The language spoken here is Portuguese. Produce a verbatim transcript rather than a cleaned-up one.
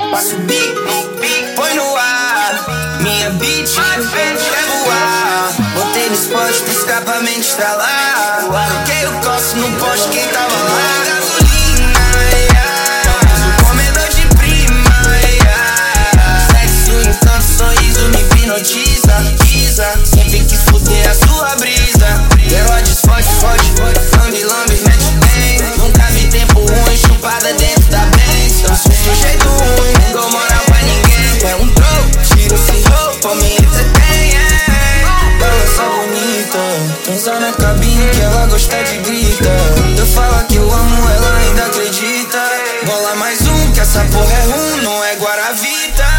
Subir, põe no ar. Minha beat quer voar. Botei no spot pro escapamento estralar. Coloquei o coço no poste, quem tava lá? Gasolina, yeah. Comedor de prima, yeah. Sexo, encanto, sorriso me hipnotiza. Pisa, sempre quis fuder a sua brisa. Herodes forte, forte, lambe, lambe, mete bem. Nunca vi tempo ruim, chupada dentro da Benz. Eu sou sujeito ruim, não dou moral pra ninguém. É um troll, tiro esse roupa, me entretém. Balança bonita, pensa na cabine que ela gosta de grita. Eu falo que eu amo, ela ainda acredita. Bola mais um, que essa porra é ruim, não é Guaravita.